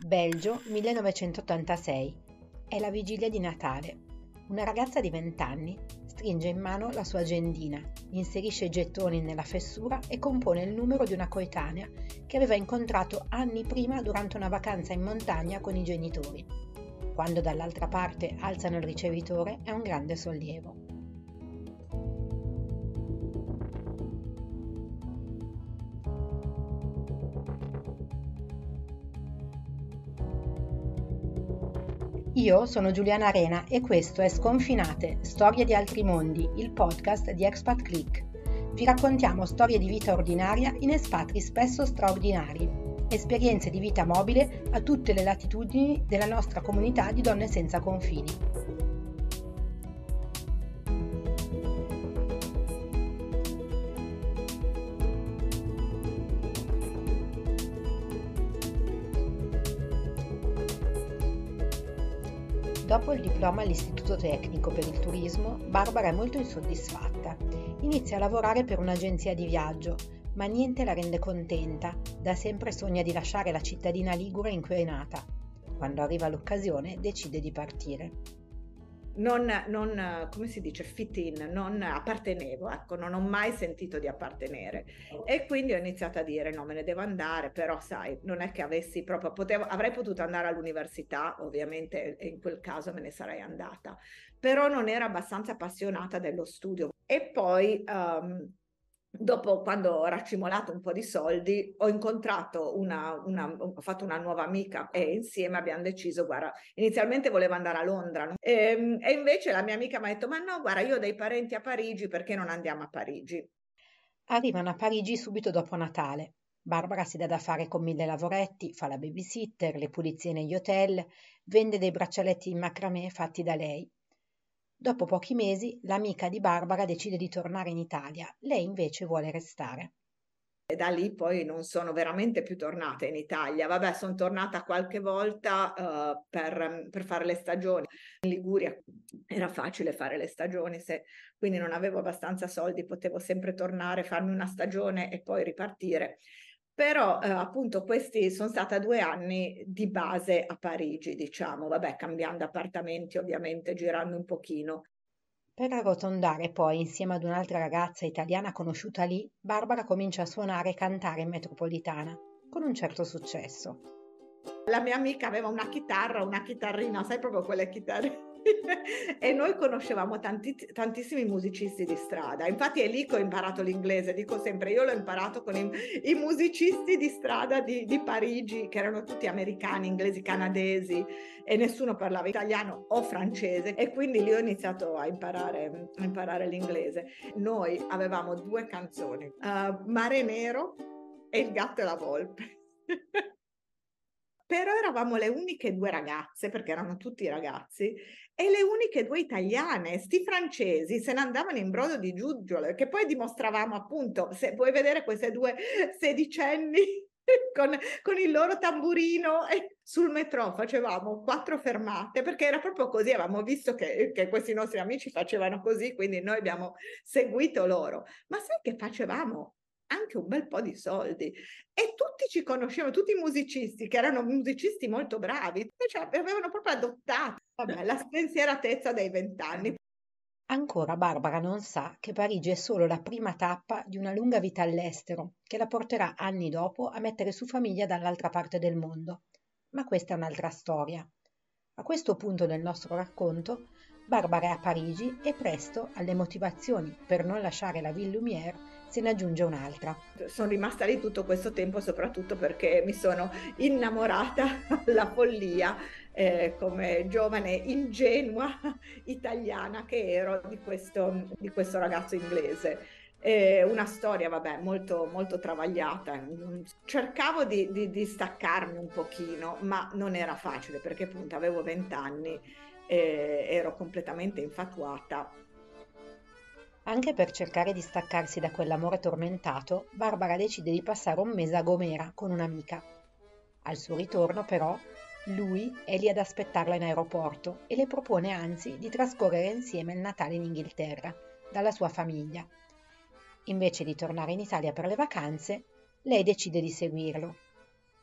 Belgio 1986. È la vigilia di Natale. Una ragazza di 20 anni stringe in mano la sua agendina, inserisce i gettoni nella fessura e compone il numero di una coetanea che aveva incontrato anni prima durante una vacanza in montagna con i genitori. Quando dall'altra parte alzano il ricevitore è un grande sollievo. Io sono Giuliana Arena e questo è Sconfinate, Storie di altri mondi, il podcast di Expat Click. Vi raccontiamo storie di vita ordinaria in espatri spesso straordinari, esperienze di vita mobile a tutte le latitudini della nostra comunità di donne senza confini. Dopo il diploma all'Istituto Tecnico per il Turismo, Barbara è molto insoddisfatta. Inizia a lavorare per un'agenzia di viaggio, ma niente la rende contenta. Da sempre sogna di lasciare la cittadina ligure in cui è nata. Quando arriva l'occasione, decide di partire. Come si dice, fit in, non appartenevo, ecco, non ho mai sentito di appartenere e quindi ho iniziato a dire no, me ne devo andare, però sai, non è che avessi proprio, avrei potuto andare all'università, ovviamente, e in quel caso me ne sarei andata, però non ero abbastanza appassionata dello studio. E poi dopo, quando ho raccimolato un po' di soldi, ho incontrato ho fatto una nuova amica e insieme abbiamo deciso, guarda, inizialmente volevo andare a Londra, no? E invece la mia amica mi ha detto, ma no, guarda, io ho dei parenti a Parigi, perché non andiamo a Parigi? Arrivano a Parigi subito dopo Natale. Barbara si dà da fare con 1000 lavoretti, fa la babysitter, le pulizie negli hotel, vende dei braccialetti in macramè fatti da lei. Dopo pochi mesi, l'amica di Barbara decide di tornare in Italia, lei invece vuole restare. E da lì poi non sono veramente più tornata in Italia. Vabbè, sono tornata qualche volta per fare le stagioni. In Liguria era facile fare le stagioni, quindi non avevo abbastanza soldi, potevo sempre tornare, farmi una stagione e poi ripartire. Però appunto questi sono stata 2 anni di base a Parigi, diciamo, vabbè, cambiando appartamenti ovviamente, girando un pochino. Per arrotondare poi, insieme ad un'altra ragazza italiana conosciuta lì, Barbara comincia a suonare e cantare in metropolitana, con un certo successo. La mia amica aveva una chitarra, una chitarrina, sai, proprio quelle chitarre. E noi conoscevamo tantissimi musicisti di strada. Infatti è lì che ho imparato l'inglese, dico sempre, io l'ho imparato con i musicisti di strada di Parigi, che erano tutti americani, inglesi, canadesi, e nessuno parlava italiano o francese, e quindi lì ho iniziato a imparare l'inglese. Noi avevamo 2 canzoni, Mare Nero e Il gatto e la volpe. Però eravamo le uniche 2 ragazze, perché erano tutti ragazzi, e le uniche 2 italiane. Sti francesi se ne andavano in brodo di giuggiole, che poi dimostravamo, appunto, se puoi vedere queste 2 sedicenni con il loro tamburino, e sul metro facevamo 4 fermate, perché era proprio così, avevamo visto che questi nostri amici facevano così, quindi noi abbiamo seguito loro. Ma sai che facevamo anche un bel po' di soldi, e tutti ci conoscevano, tutti i musicisti, che erano musicisti molto bravi, cioè avevano proprio adottato, vabbè, la spensieratezza dei 20 anni. Ancora Barbara non sa che Parigi è solo la prima tappa di una lunga vita all'estero, che la porterà anni dopo a mettere su famiglia dall'altra parte del mondo. Ma questa è un'altra storia. A questo punto del nostro racconto, Barbara è a Parigi e presto alle motivazioni per non lasciare la Ville Lumière se ne aggiunge un'altra. Sono rimasta lì tutto questo tempo soprattutto perché mi sono innamorata alla follia, come giovane ingenua italiana che ero, di questo ragazzo inglese. Una storia, vabbè, molto, molto travagliata. Cercavo di staccarmi un pochino, ma non era facile perché appunto avevo 20 anni e ero completamente infatuata. Anche per cercare di staccarsi da quell'amore tormentato, Barbara decide di passare un mese a Gomera con un'amica. Al suo ritorno, però, lui è lì ad aspettarla in aeroporto e le propone anzi di trascorrere insieme il Natale in Inghilterra, dalla sua famiglia. Invece di tornare in Italia per le vacanze, lei decide di seguirlo.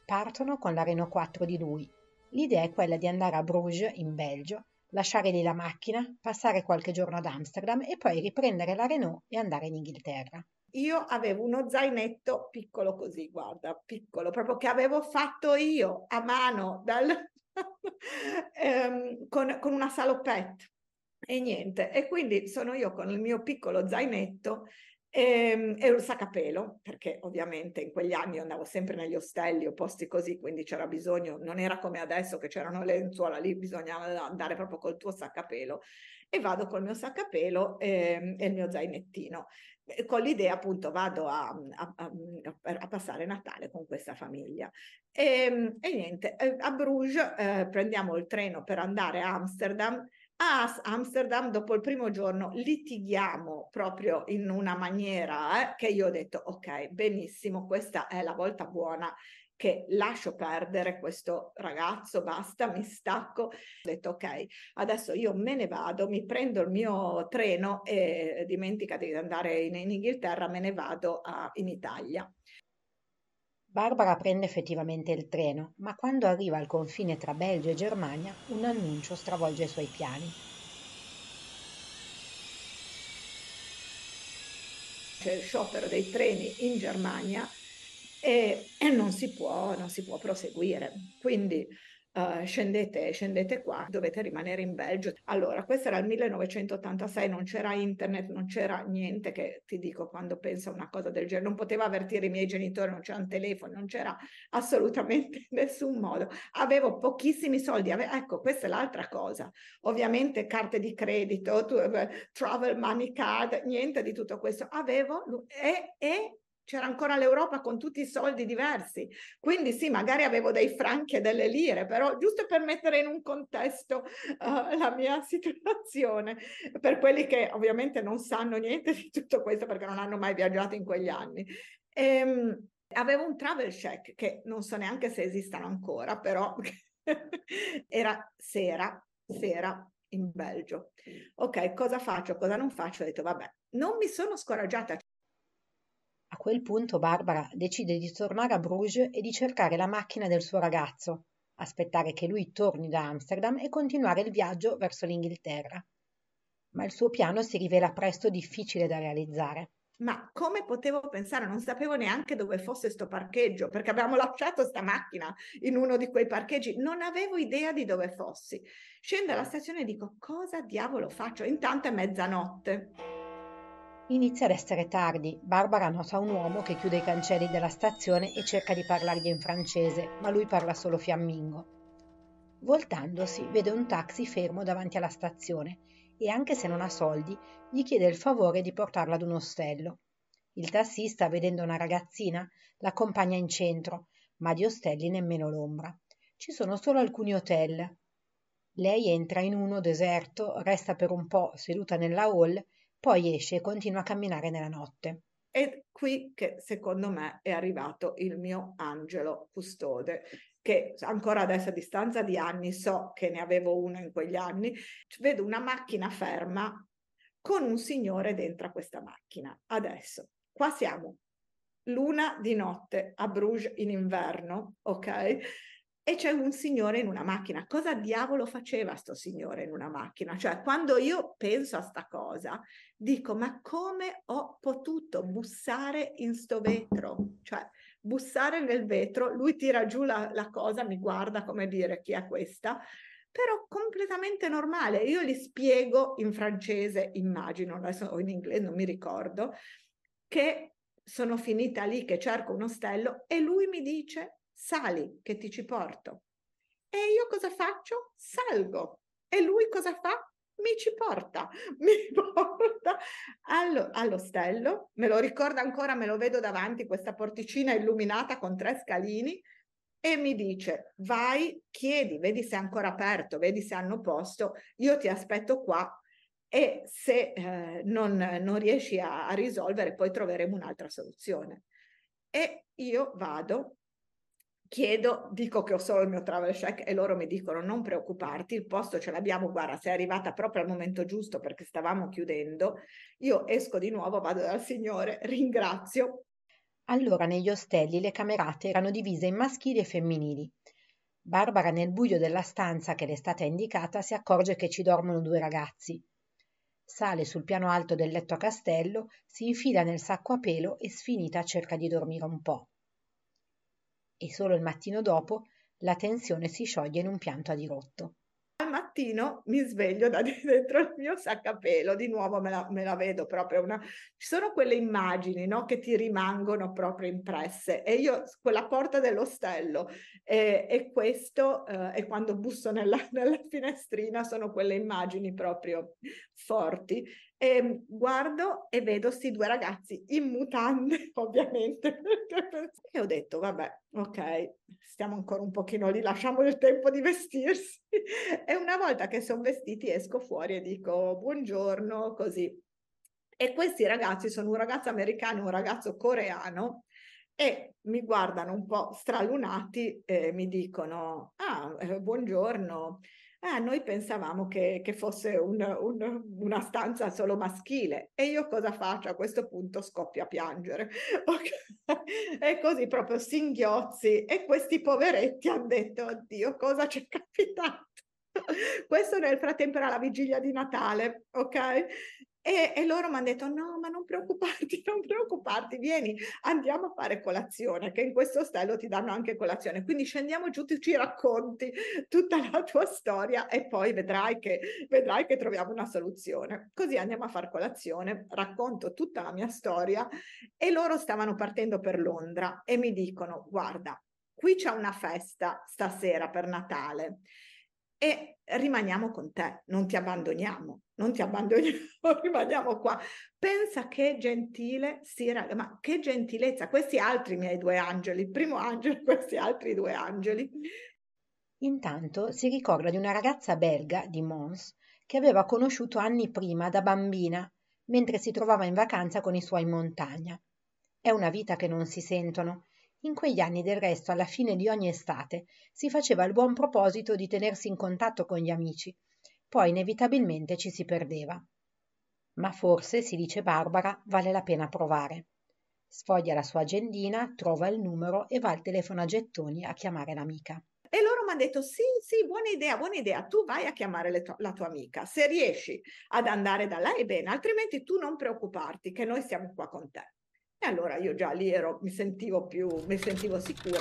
Partono con la Renault 4 di lui. L'idea è quella di andare a Bruges, in Belgio, lasciare lì la macchina, passare qualche giorno ad Amsterdam e poi riprendere la Renault e andare in Inghilterra. Io avevo uno zainetto piccolo così, guarda, piccolo, proprio che avevo fatto io a mano con una salopette e niente. E quindi sono io con il mio piccolo zainetto e un sacco a pelo, perché ovviamente in quegli anni io andavo sempre negli ostelli o posti così, quindi c'era bisogno, non era come adesso che c'erano le lenzuola lì, bisognava andare proprio col tuo sacco a pelo. E vado col mio sacco a pelo e il mio zainettino con l'idea appunto vado a passare Natale con questa famiglia. E niente, a Bruges prendiamo il treno per andare a Amsterdam. A Amsterdam, dopo il primo giorno, litighiamo proprio in una maniera che io ho detto, ok, benissimo, questa è la volta buona che lascio perdere questo ragazzo, basta, mi stacco. Ho detto, ok, adesso io me ne vado, mi prendo il mio treno e dimenticati di andare in Inghilterra, me ne vado in Italia. Barbara prende effettivamente il treno, ma quando arriva al confine tra Belgio e Germania, un annuncio stravolge i suoi piani. C'è il sciopero dei treni in Germania e non si può proseguire. Quindi scendete qua, dovete rimanere in Belgio. Allora, questo era il 1986, non c'era internet, non c'era niente che ti dico quando penso a una cosa del genere. Non poteva avvertire i miei genitori, non c'era un telefono, non c'era assolutamente nessun modo. Avevo pochissimi soldi, ecco, questa è l'altra cosa. Ovviamente carte di credito, travel money card, niente di tutto questo. Avevo e c'era ancora l'Europa con tutti i soldi diversi. Quindi sì, magari avevo dei franchi e delle lire, però giusto per mettere in un contesto la mia situazione, per quelli che ovviamente non sanno niente di tutto questo perché non hanno mai viaggiato in quegli anni. Avevo un travel check che non so neanche se esistano ancora, però era sera in Belgio. Ok, cosa faccio, cosa non faccio? Ho detto, vabbè, non mi sono scoraggiata. A quel punto Barbara decide di tornare a Bruges e di cercare la macchina del suo ragazzo, aspettare che lui torni da Amsterdam e continuare il viaggio verso l'Inghilterra. Ma il suo piano si rivela presto difficile da realizzare. Ma come potevo pensare? Non sapevo neanche dove fosse sto parcheggio, perché abbiamo lasciato sta macchina in uno di quei parcheggi. Non avevo idea di dove fossi. Scendo alla stazione e dico, cosa diavolo faccio? Intanto è mezzanotte. Inizia ad essere tardi. Barbara nota un uomo che chiude i cancelli della stazione e cerca di parlargli in francese, ma lui parla solo fiammingo. Voltandosi, vede un taxi fermo davanti alla stazione e, anche se non ha soldi, gli chiede il favore di portarla ad un ostello. Il tassista, vedendo una ragazzina, l'accompagna in centro, ma di ostelli nemmeno l'ombra. Ci sono solo alcuni hotel. Lei entra in uno deserto, resta per un po' seduta nella hall, poi esce e continua a camminare nella notte. È qui che secondo me è arrivato il mio angelo custode, che ancora adesso a distanza di anni so che ne avevo uno in quegli anni. Vedo una macchina ferma con un signore dentro a questa macchina. Adesso, qua siamo l'una di notte a Bruges in inverno, ok? E c'è un signore in una macchina. Cosa diavolo faceva sto signore in una macchina? Cioè, quando io penso a sta cosa, dico, ma come ho potuto bussare in sto vetro? Cioè, bussare nel vetro, lui tira giù la cosa, mi guarda come dire chi è questa, però completamente normale. Io gli spiego in francese, immagino, adesso o in inglese, non mi ricordo, che sono finita lì, che cerco un ostello e lui mi dice sali che ti ci porto. E io cosa faccio? Salgo. E lui cosa fa? Mi ci porta, mi porta all'ostello, me lo ricordo ancora, me lo vedo davanti, questa porticina illuminata con 3 scalini, e mi dice, vai, chiedi, vedi se è ancora aperto, vedi se hanno posto, io ti aspetto qua e se non riesci a risolvere poi troveremo un'altra soluzione. E io vado, chiedo, dico che ho solo il mio travel check e loro mi dicono non preoccuparti, il posto ce l'abbiamo, guarda, sei arrivata proprio al momento giusto perché stavamo chiudendo. Io esco di nuovo, vado dal signore, ringrazio. Allora negli ostelli le camerate erano divise in maschili e femminili. Barbara nel buio della stanza che le è stata indicata si accorge che ci dormono 2 ragazzi. Sale sul piano alto del letto a castello, si infila nel sacco a pelo e sfinita cerca di dormire un po'. E solo il mattino dopo la tensione si scioglie in un pianto a dirotto. Al mattino mi sveglio da dentro il mio sacco a pelo, di nuovo me la vedo proprio ci sono quelle immagini, no, che ti rimangono proprio impresse, e io quella porta dell'ostello e questo e quando busso nella finestrina sono quelle immagini proprio forti, e guardo e vedo sti 2 ragazzi in mutande ovviamente, e ho detto vabbè, ok, stiamo ancora un pochino lì, lasciamo il tempo di vestirsi. E una volta che sono vestiti esco fuori e dico buongiorno, così. E questi ragazzi sono un ragazzo americano e un ragazzo coreano, e mi guardano un po' stralunati e mi dicono buongiorno. Noi pensavamo che fosse una stanza solo maschile. E io cosa faccio? A questo punto scoppio a piangere. Okay. E così proprio singhiozzi. E questi poveretti hanno detto, oddio, cosa ci è capitato? Questo nel frattempo era la vigilia di Natale, ok? E loro mi hanno detto, no, ma non preoccuparti, vieni, andiamo a fare colazione, che in questo ostello ti danno anche colazione. Quindi scendiamo giù, tu ci racconti tutta la tua storia e poi vedrai che troviamo una soluzione. Così andiamo a fare colazione, racconto tutta la mia storia, e loro stavano partendo per Londra e mi dicono, guarda, qui c'è una festa stasera per Natale e rimaniamo con te, non ti abbandoniamo, rimaniamo qua. Pensa che gentile, sì, ma che gentilezza, questi altri miei 2 angeli, il primo angelo, questi altri 2 angeli. Intanto si ricorda di una ragazza belga di Mons che aveva conosciuto anni prima da bambina, mentre si trovava in vacanza con i suoi in montagna. È una vita che non si sentono. In quegli anni del resto, alla fine di ogni estate, si faceva il buon proposito di tenersi in contatto con gli amici, poi inevitabilmente ci si perdeva. Ma forse, si dice Barbara, vale la pena provare. Sfoglia la sua agendina, trova il numero e va al telefono a gettoni a chiamare l'amica. E loro mi hanno detto, sì, buona idea, tu vai a chiamare la tua amica, se riesci ad andare da lei, bene, altrimenti tu non preoccuparti, che noi siamo qua con te. E allora io già lì mi sentivo sicura.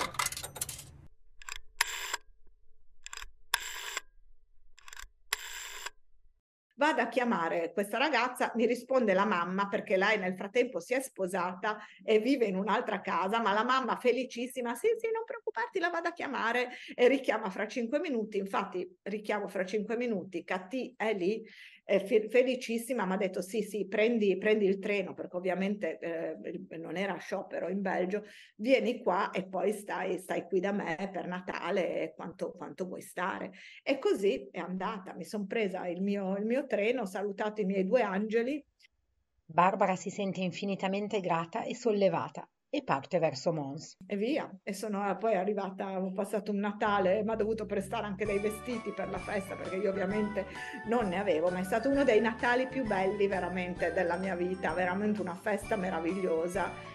Vado a chiamare questa ragazza, mi risponde la mamma, perché lei nel frattempo si è sposata e vive in un'altra casa, ma la mamma felicissima, sì, non preoccuparti, la vado a chiamare, e richiama fra 5 minuti, infatti richiamo fra 5 minuti, Catì è lì, felicissima, mi ha detto sì, prendi il treno, perché ovviamente non era sciopero in Belgio, vieni qua e poi stai qui da me per Natale, quanto vuoi stare. E così è andata, mi sono presa il mio treno, ho salutato i miei 2 angeli. Barbara si sente infinitamente grata e sollevata e parte verso Mons. E via, e sono poi arrivata, ho passato un Natale, mi ha dovuto prestare anche dei vestiti per la festa, perché io ovviamente non ne avevo, ma è stato uno dei Natali più belli veramente della mia vita, veramente una festa meravigliosa.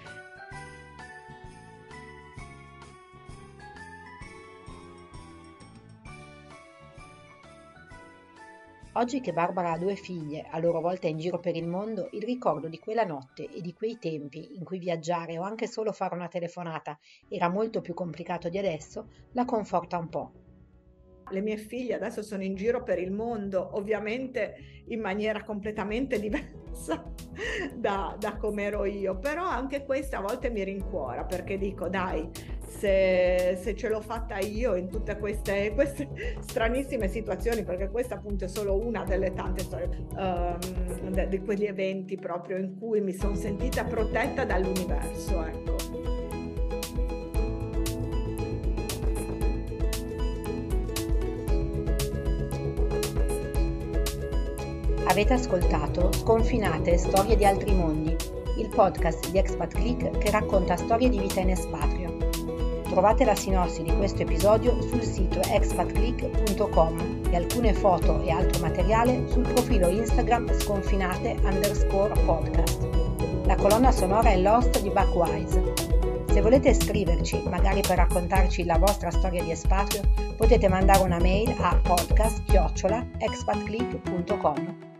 Oggi che Barbara ha 2 figlie, a loro volta in giro per il mondo, il ricordo di quella notte e di quei tempi in cui viaggiare o anche solo fare una telefonata era molto più complicato di adesso, la conforta un po'. Le mie figlie adesso sono in giro per il mondo, ovviamente in maniera completamente diversa da come ero io, però anche questa a volte mi rincuora, perché dico dai, se ce l'ho fatta io in tutte queste stranissime situazioni, perché questa appunto è solo una delle tante storie di quegli eventi proprio in cui mi sono sentita protetta dall'universo, ecco. Avete ascoltato Sconfinate, storie di altri mondi, il podcast di Expat Click che racconta storie di vita in espatrio. Trovate la sinossi di questo episodio sul sito expatclick.com e alcune foto e altro materiale sul profilo Instagram sconfinate_podcast. La colonna sonora è Lost di Buckwise. Se volete scriverci, magari per raccontarci la vostra storia di espatrio, potete mandare una mail a podcast@expatclick.com.